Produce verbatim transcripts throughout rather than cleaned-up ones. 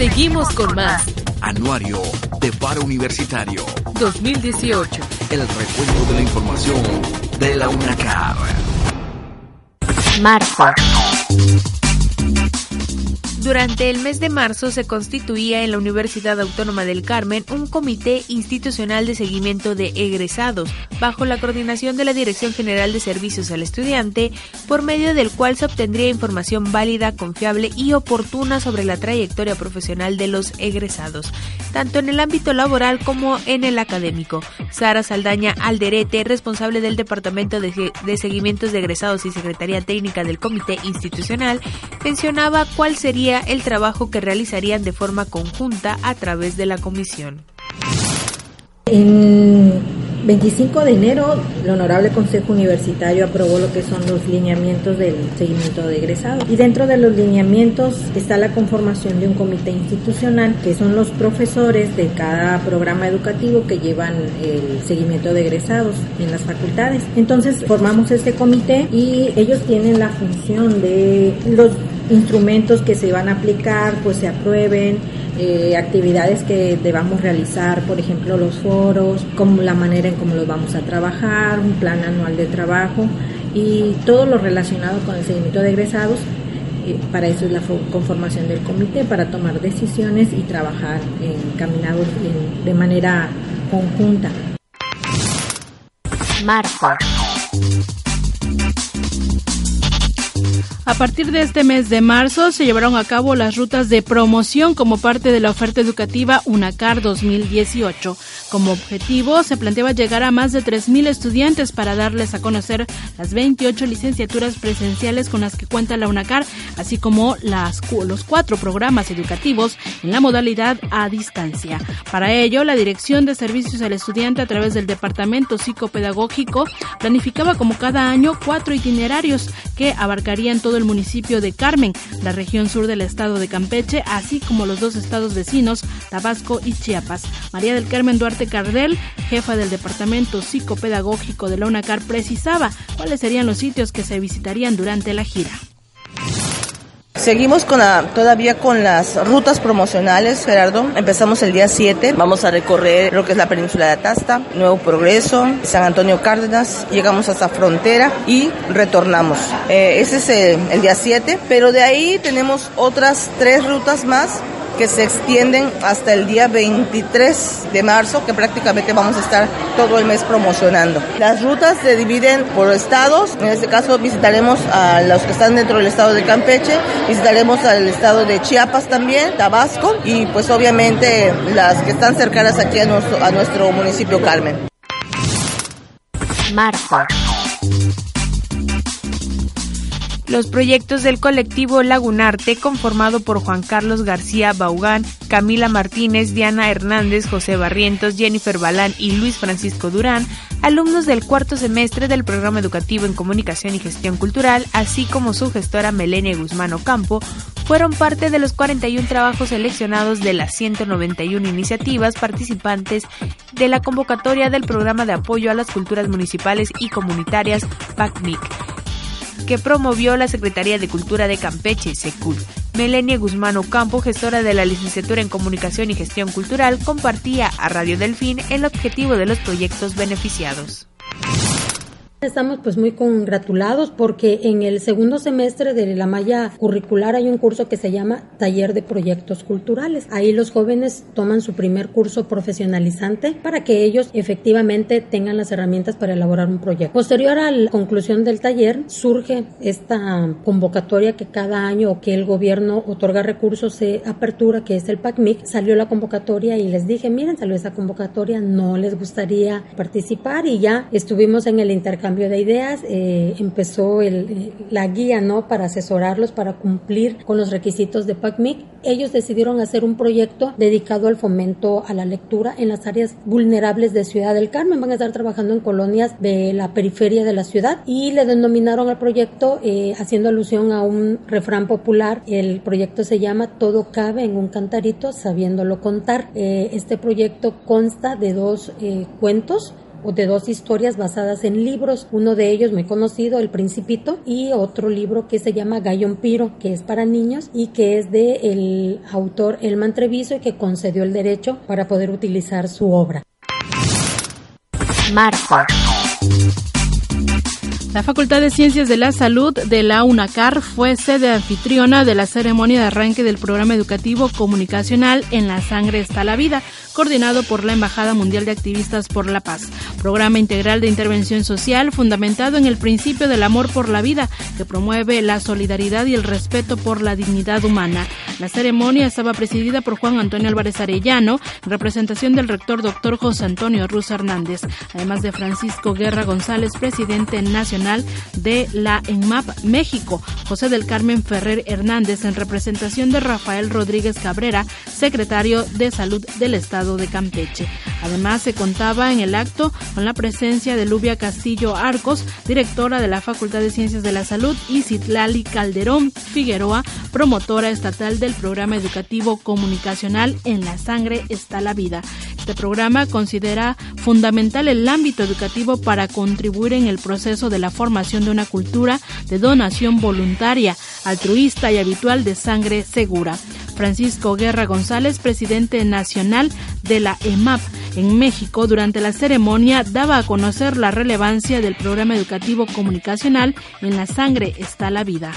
Seguimos con más. Anuario de Paro Universitario dos mil dieciocho. El recuento de la información de la UNACAR. Marzo. Durante el mes de marzo se constituía en la Universidad Autónoma del Carmen un comité institucional de seguimiento de egresados, bajo la coordinación de la Dirección General de Servicios al Estudiante, por medio del cual se obtendría información válida, confiable y oportuna sobre la trayectoria profesional de los egresados, tanto en el ámbito laboral como en el académico. Sara Saldaña Alderete, responsable del Departamento de, de Seguimientos de Egresados y Secretaría Técnica del Comité Institucional, mencionaba cuál sería el trabajo que realizarían de forma conjunta a través de la comisión. En veinticinco de enero, el Honorable Consejo Universitario aprobó lo que son los lineamientos del seguimiento de egresados. Y dentro de los lineamientos está la conformación de un comité institucional, que son los profesores de cada programa educativo que llevan el seguimiento de egresados en las facultades. Entonces, formamos este comité y ellos tienen la función de los instrumentos que se van a aplicar, pues se aprueben, eh, actividades que debamos realizar, por ejemplo los foros, como la manera en cómo los vamos a trabajar, un plan anual de trabajo y todo lo relacionado con el seguimiento de egresados. Eh, para eso es la conformación del comité, para tomar decisiones y trabajar encaminados en, de manera conjunta. Marzo. A partir de este mes de marzo se llevaron a cabo las rutas de promoción como parte de la oferta educativa UNACAR dos mil dieciocho. Como objetivo se planteaba llegar a más de tres mil estudiantes para darles a conocer las veintiocho licenciaturas presenciales con las que cuenta la UNACAR, así como las, los cuatro programas educativos en la modalidad a distancia. Para ello, la Dirección de Servicios al Estudiante, a través del Departamento Psicopedagógico, planificaba como cada año cuatro itinerarios que abarcarían todo el municipio de Carmen, la región sur del estado de Campeche, así como los dos estados vecinos, Tabasco y Chiapas. María del Carmen Duarte Cardel, jefa del Departamento Psicopedagógico de la UNACAR, precisaba cuáles serían los sitios que se visitarían durante la gira. Seguimos con la, todavía con las rutas promocionales, Gerardo. Empezamos el día siete, vamos a recorrer lo que es la península de Atasta, Nuevo Progreso, San Antonio Cárdenas, llegamos hasta Frontera y retornamos. Eh, ese es el, el día siete, pero de ahí tenemos otras tres rutas más que se extienden hasta el día veintitrés de marzo, que prácticamente vamos a estar todo el mes promocionando. Las rutas se dividen por estados, en este caso visitaremos a los que están dentro del estado de Campeche, visitaremos al estado de Chiapas también, Tabasco, y pues obviamente las que están cercanas aquí a nuestro, a nuestro municipio Carmen. Marzo. Los proyectos del colectivo Lagunarte, conformado por Juan Carlos García Baugán, Camila Martínez, Diana Hernández, José Barrientos, Jennifer Balán y Luis Francisco Durán, alumnos del cuarto semestre del programa educativo en Comunicación y Gestión Cultural, así como su gestora Melenia Guzmán Ocampo, fueron parte de los cuarenta y uno trabajos seleccionados de las ciento noventa y una iniciativas participantes de la convocatoria del Programa de Apoyo a las Culturas Municipales y Comunitarias P A C M I C, que promovió la Secretaría de Cultura de Campeche, SECUL. Melenia Guzmán Ocampo, gestora de la licenciatura en Comunicación y Gestión Cultural, compartía a Radio Delfín el objetivo de los proyectos beneficiados. Estamos pues muy congratulados porque en el segundo semestre de la malla curricular hay un curso que se llama Taller de Proyectos Culturales. Ahí los jóvenes toman su primer curso profesionalizante para que ellos efectivamente tengan las herramientas para elaborar un proyecto. Posterior a la conclusión del taller surge esta convocatoria que cada año o que el gobierno otorga recursos de apertura, que es el P A C M I C. Salió la convocatoria y les dije, miren, salió esa convocatoria, ¿no les gustaría participar? Y ya estuvimos en el intercambio de ideas, eh, empezó el, la guía, ¿no?, para asesorarlos para cumplir con los requisitos de P A C M I C. Ellos decidieron hacer un proyecto dedicado al fomento a la lectura en las áreas vulnerables de Ciudad del Carmen. Van a estar trabajando en colonias de la periferia de la ciudad y le denominaron al proyecto, eh, haciendo alusión a un refrán popular. El proyecto se llama Todo cabe en un cantarito sabiéndolo contar. Eh, este proyecto consta de dos eh, cuentos, de dos historias basadas en libros, uno de ellos muy conocido, El Principito, y otro libro que se llama Gallón Piro, que es para niños y que es de el autor Elman Treviso y que concedió el derecho para poder utilizar su obra. Marzo. La Facultad de Ciencias de la Salud de la UNACAR fue sede anfitriona de la ceremonia de arranque del programa educativo comunicacional En la Sangre está la Vida, coordinado por la Embajada Mundial de Activistas por la Paz. Programa integral de intervención social fundamentado en el principio del amor por la vida, que promueve la solidaridad y el respeto por la dignidad humana. La ceremonia estaba presidida por Juan Antonio Álvarez Arellano, en representación del rector doctor José Antonio Ruz Hernández, además de Francisco Guerra González, presidente nacional de la ENMAP México, José del Carmen Ferrer Hernández, en representación de Rafael Rodríguez Cabrera, secretario de Salud del Estado de Campeche. Además, se contaba en el acto con la presencia de Lubia Castillo Arcos, directora de la Facultad de Ciencias de la Salud, y Citlali Calderón Figueroa, promotora estatal del programa educativo comunicacional En la Sangre está la Vida. Este programa considera fundamental el ámbito educativo para contribuir en el proceso de la formación de una cultura de donación voluntaria, altruista y habitual de sangre segura. Francisco Guerra González, presidente nacional de la EMAP en México, durante la ceremonia daba a conocer la relevancia del programa educativo comunicacional En la Sangre está la Vida.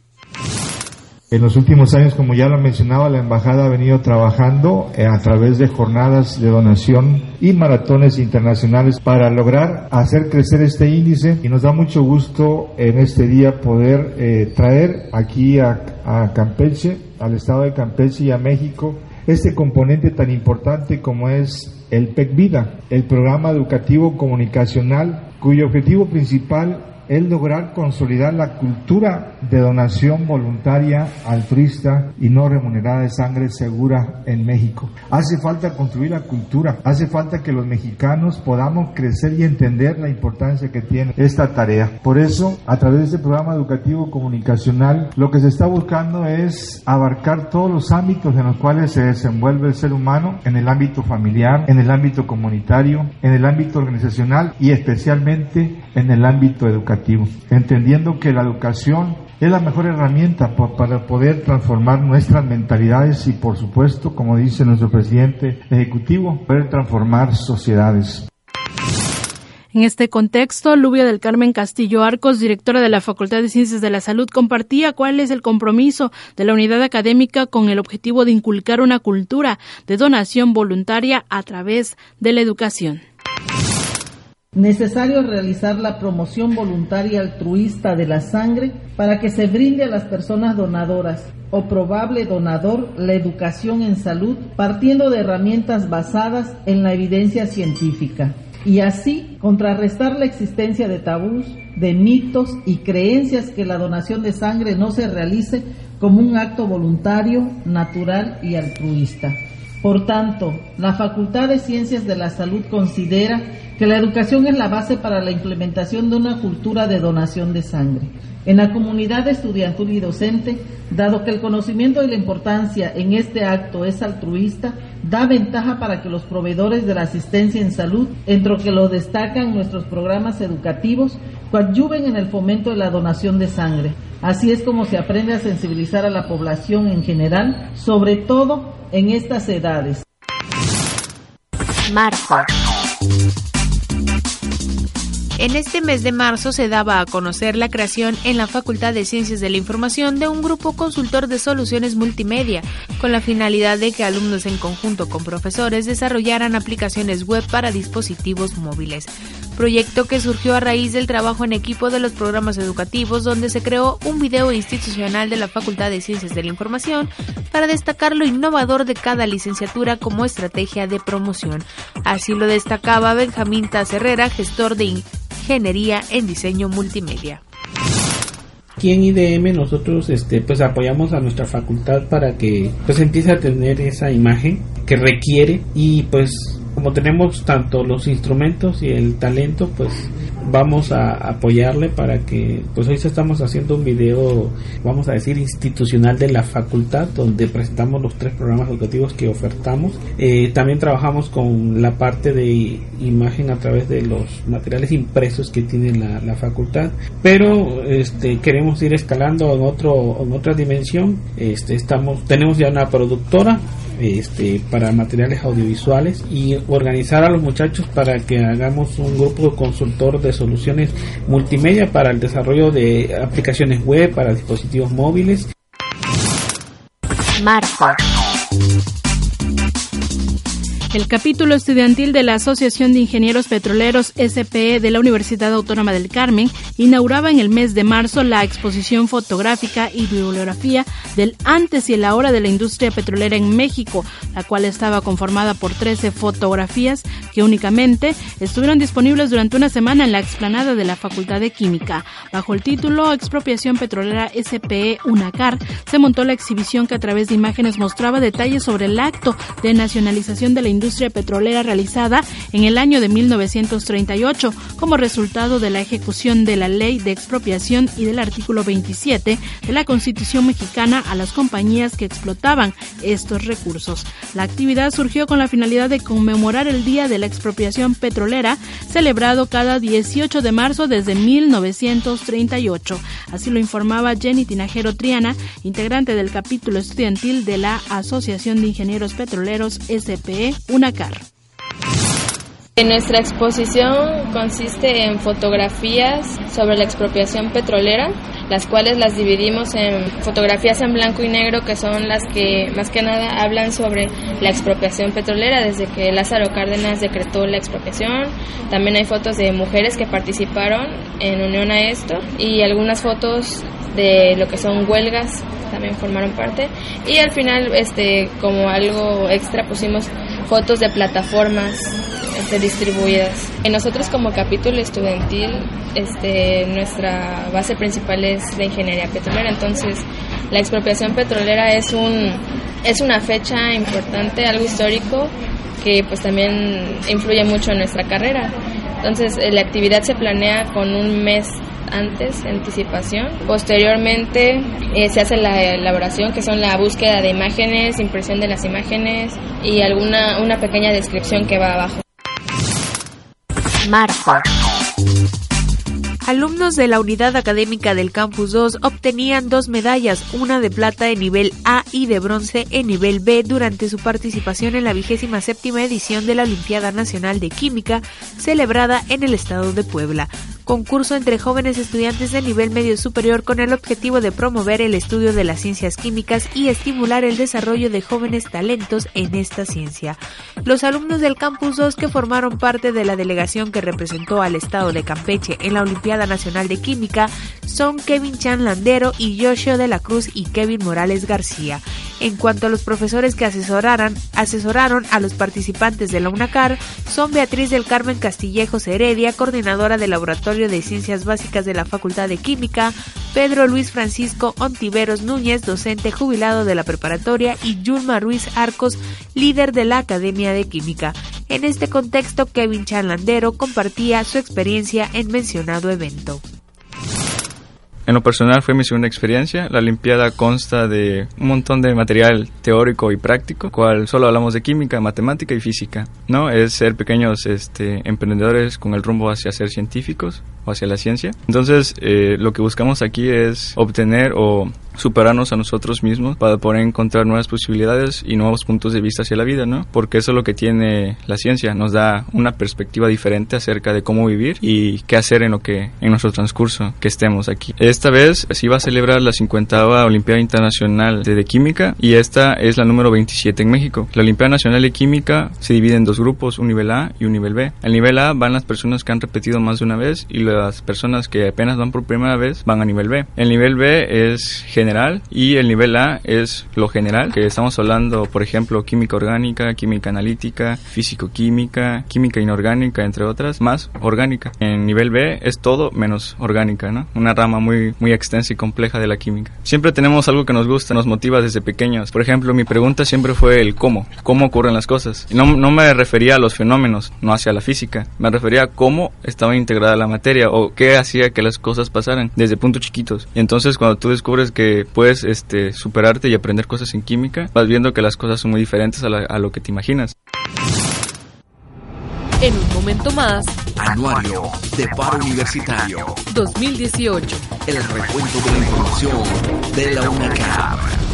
En los últimos años, como ya lo mencionaba, la Embajada ha venido trabajando eh, a través de jornadas de donación y maratones internacionales para lograr hacer crecer este índice, y nos da mucho gusto en este día poder eh, traer aquí a, a Campeche, al estado de Campeche y a México, este componente tan importante como es el P E C Vida, el programa educativo comunicacional, cuyo objetivo principal es lograr consolidar la cultura de donación voluntaria, altruista y no remunerada de sangre segura en México. Hace falta construir la cultura, hace falta que los mexicanos podamos crecer y entender la importancia que tiene esta tarea. Por eso, a través de este programa educativo comunicacional, lo que se está buscando es abarcar todos los ámbitos en los cuales se desenvuelve el ser humano, en el ámbito familiar, en el ámbito comunitario, en el ámbito organizacional y especialmente en el ámbito educativo, entendiendo que la educación es la mejor herramienta para poder transformar nuestras mentalidades y, por supuesto, como dice nuestro presidente ejecutivo, poder transformar sociedades. En este contexto, Lubia del Carmen Castillo Arcos, directora de la Facultad de Ciencias de la Salud, compartía cuál es el compromiso de la unidad académica con el objetivo de inculcar una cultura de donación voluntaria a través de la educación. Necesario realizar la promoción voluntaria altruista de la sangre para que se brinde a las personas donadoras o probable donador la educación en salud, partiendo de herramientas basadas en la evidencia científica, y así contrarrestar la existencia de tabús, de mitos y creencias que la donación de sangre no se realice como un acto voluntario, natural y altruista. Por tanto, la Facultad de Ciencias de la Salud considera que la educación es la base para la implementación de una cultura de donación de sangre. En la comunidad estudiantil y docente, dado que el conocimiento de la importancia en este acto es altruista, da ventaja para que los proveedores de la asistencia en salud, entre los que lo destacan nuestros programas educativos, coadyuven en el fomento de la donación de sangre. Así es como se aprende a sensibilizar a la población en general, sobre todo en estas edades. Marzo. En este mes de marzo se daba a conocer la creación en la Facultad de Ciencias de la Información de un grupo consultor de soluciones multimedia, con la finalidad de que alumnos en conjunto con profesores desarrollaran aplicaciones web para dispositivos móviles. Proyecto que surgió a raíz del trabajo en equipo de los programas educativos, donde se creó un video institucional de la Facultad de Ciencias de la Información para destacar lo innovador de cada licenciatura como estrategia de promoción. Así lo destacaba Benjamín Taz Herrera, gestor de Ingeniería en Diseño Multimedia. Aquí en I D M nosotros este pues apoyamos a nuestra facultad para que pues empiece a tener esa imagen que requiere, y pues como tenemos tanto los instrumentos y el talento, pues vamos a apoyarle para que, pues hoy estamos haciendo un video, vamos a decir, institucional de la facultad, donde presentamos los tres programas educativos que ofertamos. Eh, también trabajamos con la parte de imagen a través de los materiales impresos que tiene la, la facultad, pero este queremos ir escalando en otro en otra dimensión. Este estamos tenemos ya una productora este para materiales audiovisuales y organizar a los muchachos para que hagamos un grupo consultor de soluciones multimedia para el desarrollo de aplicaciones web para dispositivos móviles. Marzo. El capítulo estudiantil de la Asociación de Ingenieros Petroleros S P E de la Universidad Autónoma del Carmen inauguraba en el mes de marzo la exposición fotográfica y bibliografía del antes y el ahora de la industria petrolera en México, la cual estaba conformada por trece fotografías que únicamente estuvieron disponibles durante una semana en la explanada de la Facultad de Química. Bajo el título Expropiación Petrolera S P E UNACAR se montó la exhibición que a través de imágenes mostraba detalles sobre el acto de nacionalización de la industria industria petrolera realizada en el año de mil novecientos treinta y ocho como resultado de la ejecución de la Ley de Expropiación y del artículo veintisiete de la Constitución mexicana a las compañías que explotaban estos recursos. La actividad surgió con la finalidad de conmemorar el Día de la Expropiación Petrolera, celebrado cada dieciocho de marzo desde mil novecientos treinta y ocho. Así lo informaba Jenny Tinajero Triana, integrante del capítulo estudiantil de la Asociación de Ingenieros Petroleros S P E UNACAR. Nuestra exposición consiste en fotografías sobre la expropiación petrolera, las cuales las dividimos en fotografías en blanco y negro, que son las que más que nada hablan sobre la expropiación petrolera desde que Lázaro Cárdenas decretó la expropiación. También hay fotos de mujeres que participaron en unión a esto y algunas fotos de lo que son huelgas también formaron parte, y al final este como algo extra pusimos fotos de plataformas este, distribuidas. Y nosotros como capítulo estudiantil este nuestra base principal es la ingeniería petrolera, entonces la expropiación petrolera es un es una fecha importante, algo histórico que pues también influye mucho en nuestra carrera. Entonces la actividad se planea con un mes antes, anticipación. Posteriormente eh, se hace la elaboración, que son la búsqueda de imágenes, impresión de las imágenes y alguna una pequeña descripción que va abajo. Marzo. Alumnos de la unidad académica del Campus dos obtenían dos medallas, una de plata en nivel A y de bronce en nivel B durante su participación en la vigésima séptima edición de la Olimpiada Nacional de Química celebrada en el estado de Puebla. Concurso entre jóvenes estudiantes de nivel medio superior con el objetivo de promover el estudio de las ciencias químicas y estimular el desarrollo de jóvenes talentos en esta ciencia. Los alumnos del Campus dos que formaron parte de la delegación que representó al estado de Campeche en la Olimpiada Nacional de Química son Kevin Chan Landero y Yoshio de la Cruz y Kevin Morales García. En cuanto a los profesores que asesoraran, asesoraron a los participantes de la UNACAR, son Beatriz del Carmen Castillejos Heredia, coordinadora del Laboratorio de Ciencias Básicas de la Facultad de Química, Pedro Luis Francisco Ontiveros Núñez, docente jubilado de la preparatoria, y Yulma Ruiz Arcos, líder de la Academia de Química. En este contexto, Kevin Chan Landero compartía su experiencia en mencionado evento. En lo personal fue mi segunda experiencia. La Olimpiada consta de un montón de material teórico y práctico, cual solo hablamos de química, matemática y física, ¿no? Es ser pequeños este, emprendedores con el rumbo hacia ser científicos o hacia la ciencia. Entonces, eh, lo que buscamos aquí es obtener o superarnos a nosotros mismos para poder encontrar nuevas posibilidades y nuevos puntos de vista hacia la vida, ¿no? Porque eso es lo que tiene la ciencia, nos da una perspectiva diferente acerca de cómo vivir y qué hacer en lo que en nuestro transcurso que estemos aquí. Esta vez se iba a celebrar la cincuentava Olimpiada Internacional de, de Química y esta es la número veintisiete en México. La Olimpiada Nacional de Química se divide en dos grupos, un nivel A y un nivel B. Al nivel A van las personas que han repetido más de una vez y las personas que apenas van por primera vez van a nivel B. El nivel B es general y el nivel A es lo general, que estamos hablando, por ejemplo, química orgánica, química analítica, físico-química, química inorgánica, entre otras, más orgánica. En nivel B es todo menos orgánica, ¿no? Una rama muy, muy extensa y compleja de la química. Siempre tenemos algo que nos gusta, nos motiva desde pequeños. Por ejemplo, mi pregunta siempre fue el cómo, cómo ocurren las cosas. No, no me refería a los fenómenos, no hacia la física, me refería a cómo estaba integrada la materia o qué hacía que las cosas pasaran desde puntos chiquitos. Y entonces cuando tú descubres que puedes este, superarte y aprender cosas en química, vas viendo que las cosas son muy diferentes a, la, a lo que te imaginas. En un momento más, Anuario de Paro Universitario dos mil dieciocho. El recuento de la información de la UNACAM.